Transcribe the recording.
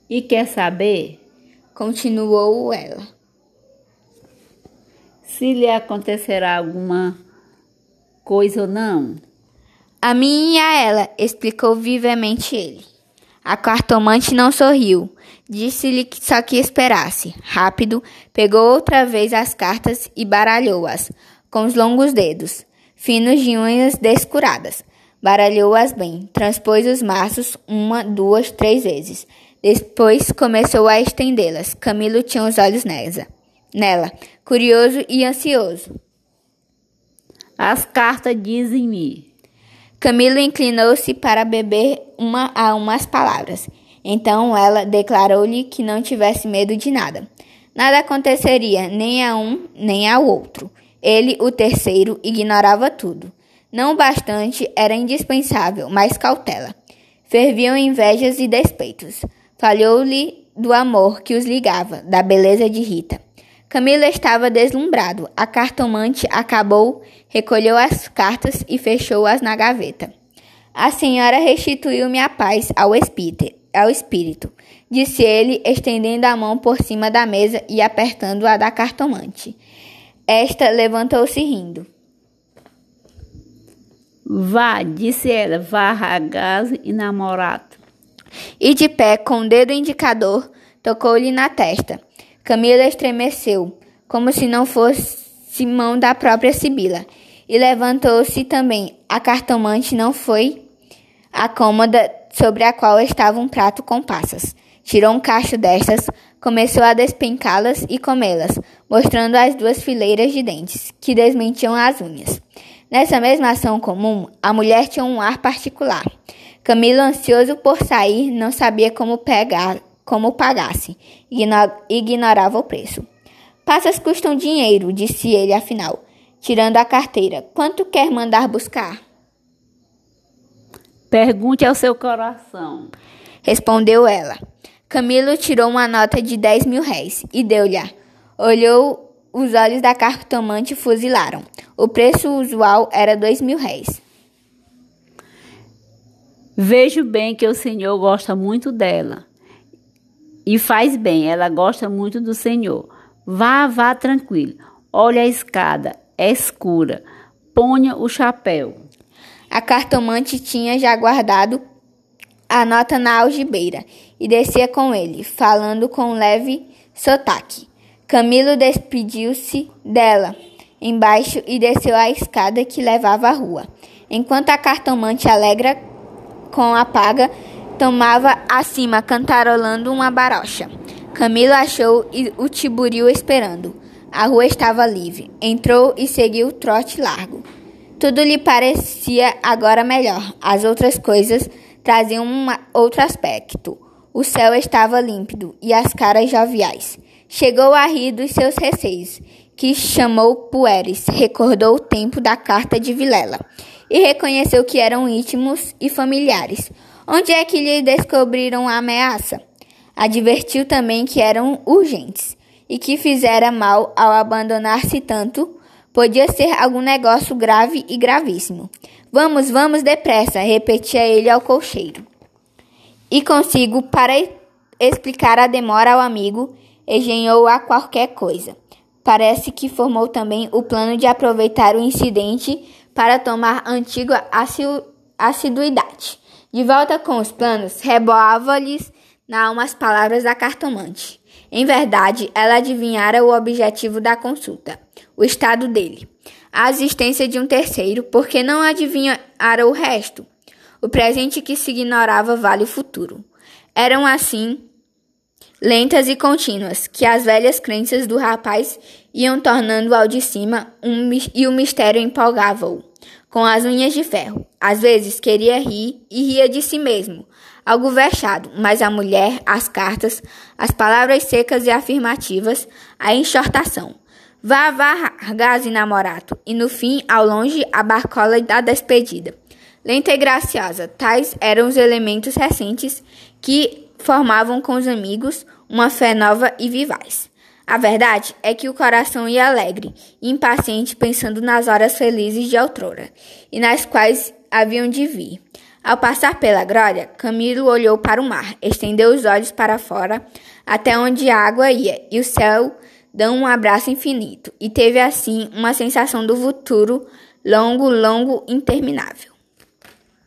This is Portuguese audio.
E quer saber, continuou ela, se lhe acontecerá alguma coisa ou não? a mim e a ela, explicou vivamente ele. A cartomante não sorriu. Disse-lhe só que esperasse. Rápido, pegou outra vez as cartas e baralhou-as com os longos dedos, finos de unhas descuradas. Baralhou-as bem, transpôs os maços 1, 2, 3 vezes. Depois começou a estendê-las. Camilo tinha os olhos nela, curioso e ansioso. As cartas dizem-me. Camilo inclinou-se para beber umas palavras. Então ela declarou-lhe que não tivesse medo de nada. Nada aconteceria, nem a um nem ao outro. Ele, o terceiro, ignorava tudo. Não bastante, era indispensável, mais cautela. Ferviam invejas e despeitos. Falhou-lhe do amor que os ligava, da beleza de Rita. Camilo estava deslumbrado. A cartomante acabou, recolheu as cartas e fechou-as na gaveta. A senhora restituiu-me a paz ao espírito, disse ele, estendendo a mão por cima da mesa e apertando a da cartomante. Esta levantou-se rindo. Vá, disse ela, varra a casa e namorato. E de pé, com o dedo indicador, tocou-lhe na testa. Camila estremeceu, como se não fosse mão da própria Sibila, e levantou-se também. A cartomante não foi à cômoda sobre a qual estava um prato com passas. Tirou um cacho destas, começou a despencá-las e comê-las, mostrando as 2 fileiras de dentes, que desmentiam as unhas. Nessa mesma ação comum, a mulher tinha um ar particular. Camilo, ansioso por sair, não sabia como pagasse. Ignorava o preço. Passas custam dinheiro, disse ele afinal, tirando a carteira. Quanto quer mandar buscar? Pergunte ao seu coração, respondeu ela. Camilo tirou uma nota de 10.000 réis e deu-lhe. Olhou, os olhos da cartomante fuzilaram. O preço usual era 2.000 réis. Vejo bem que o senhor gosta muito dela. E faz bem, ela gosta muito do senhor. Vá tranquilo. Olha a escada, é escura. Ponha o chapéu. A cartomante tinha já guardado a nota na algibeira e descia com ele, falando com um leve sotaque. Camilo despediu-se dela embaixo e desceu a escada que levava à rua, enquanto a cartomante, alegre com a paga, tomava acima cantarolando uma barocha. Camilo achou o Tiburil esperando. A rua estava livre. Entrou e seguiu o trote largo. Tudo lhe parecia agora melhor. As outras coisas traziam outro aspecto. O céu estava límpido e as caras joviais. Chegou a rir dos seus receios, que chamou pueris, recordou o tempo da carta de Vilela e reconheceu que eram íntimos e familiares. Onde é que lhe descobriram a ameaça? Advertiu também que eram urgentes e que fizera mal ao abandonar-se tanto. Podia ser algum negócio grave e gravíssimo. Vamos depressa, repetia ele ao cocheiro. E consigo, para explicar a demora ao amigo, engenhou a qualquer coisa. Parece que formou também o plano de aproveitar o incidente para tomar antiga assiduidade. De volta com os planos, reboava-lhes na alma as palavras da cartomante. Em verdade, ela adivinhara o objetivo da consulta, o estado dele, a existência de um terceiro, porque não adivinhara o resto. O presente que se ignorava vale o futuro. Eram assim lentas e contínuas, que as velhas crenças do rapaz iam tornando ao de cima e o mistério empolgava-o, com as unhas de ferro. Às vezes queria rir e ria de si mesmo, algo vexado, mas a mulher, as cartas, as palavras secas e afirmativas, a enxortação. Vá, ragazzi namorato, e no fim, ao longe, a barcola da despedida. Lenta e graciosa, tais eram os elementos recentes que formavam com os amigos uma fé nova e vivaz. A verdade é que o coração ia alegre e impaciente pensando nas horas felizes de outrora, e nas quais haviam de vir. Ao passar pela grolha, Camilo olhou para o mar, estendeu os olhos para fora, até onde a água ia, e o céu deu um abraço infinito, e teve assim uma sensação do futuro longo, interminável.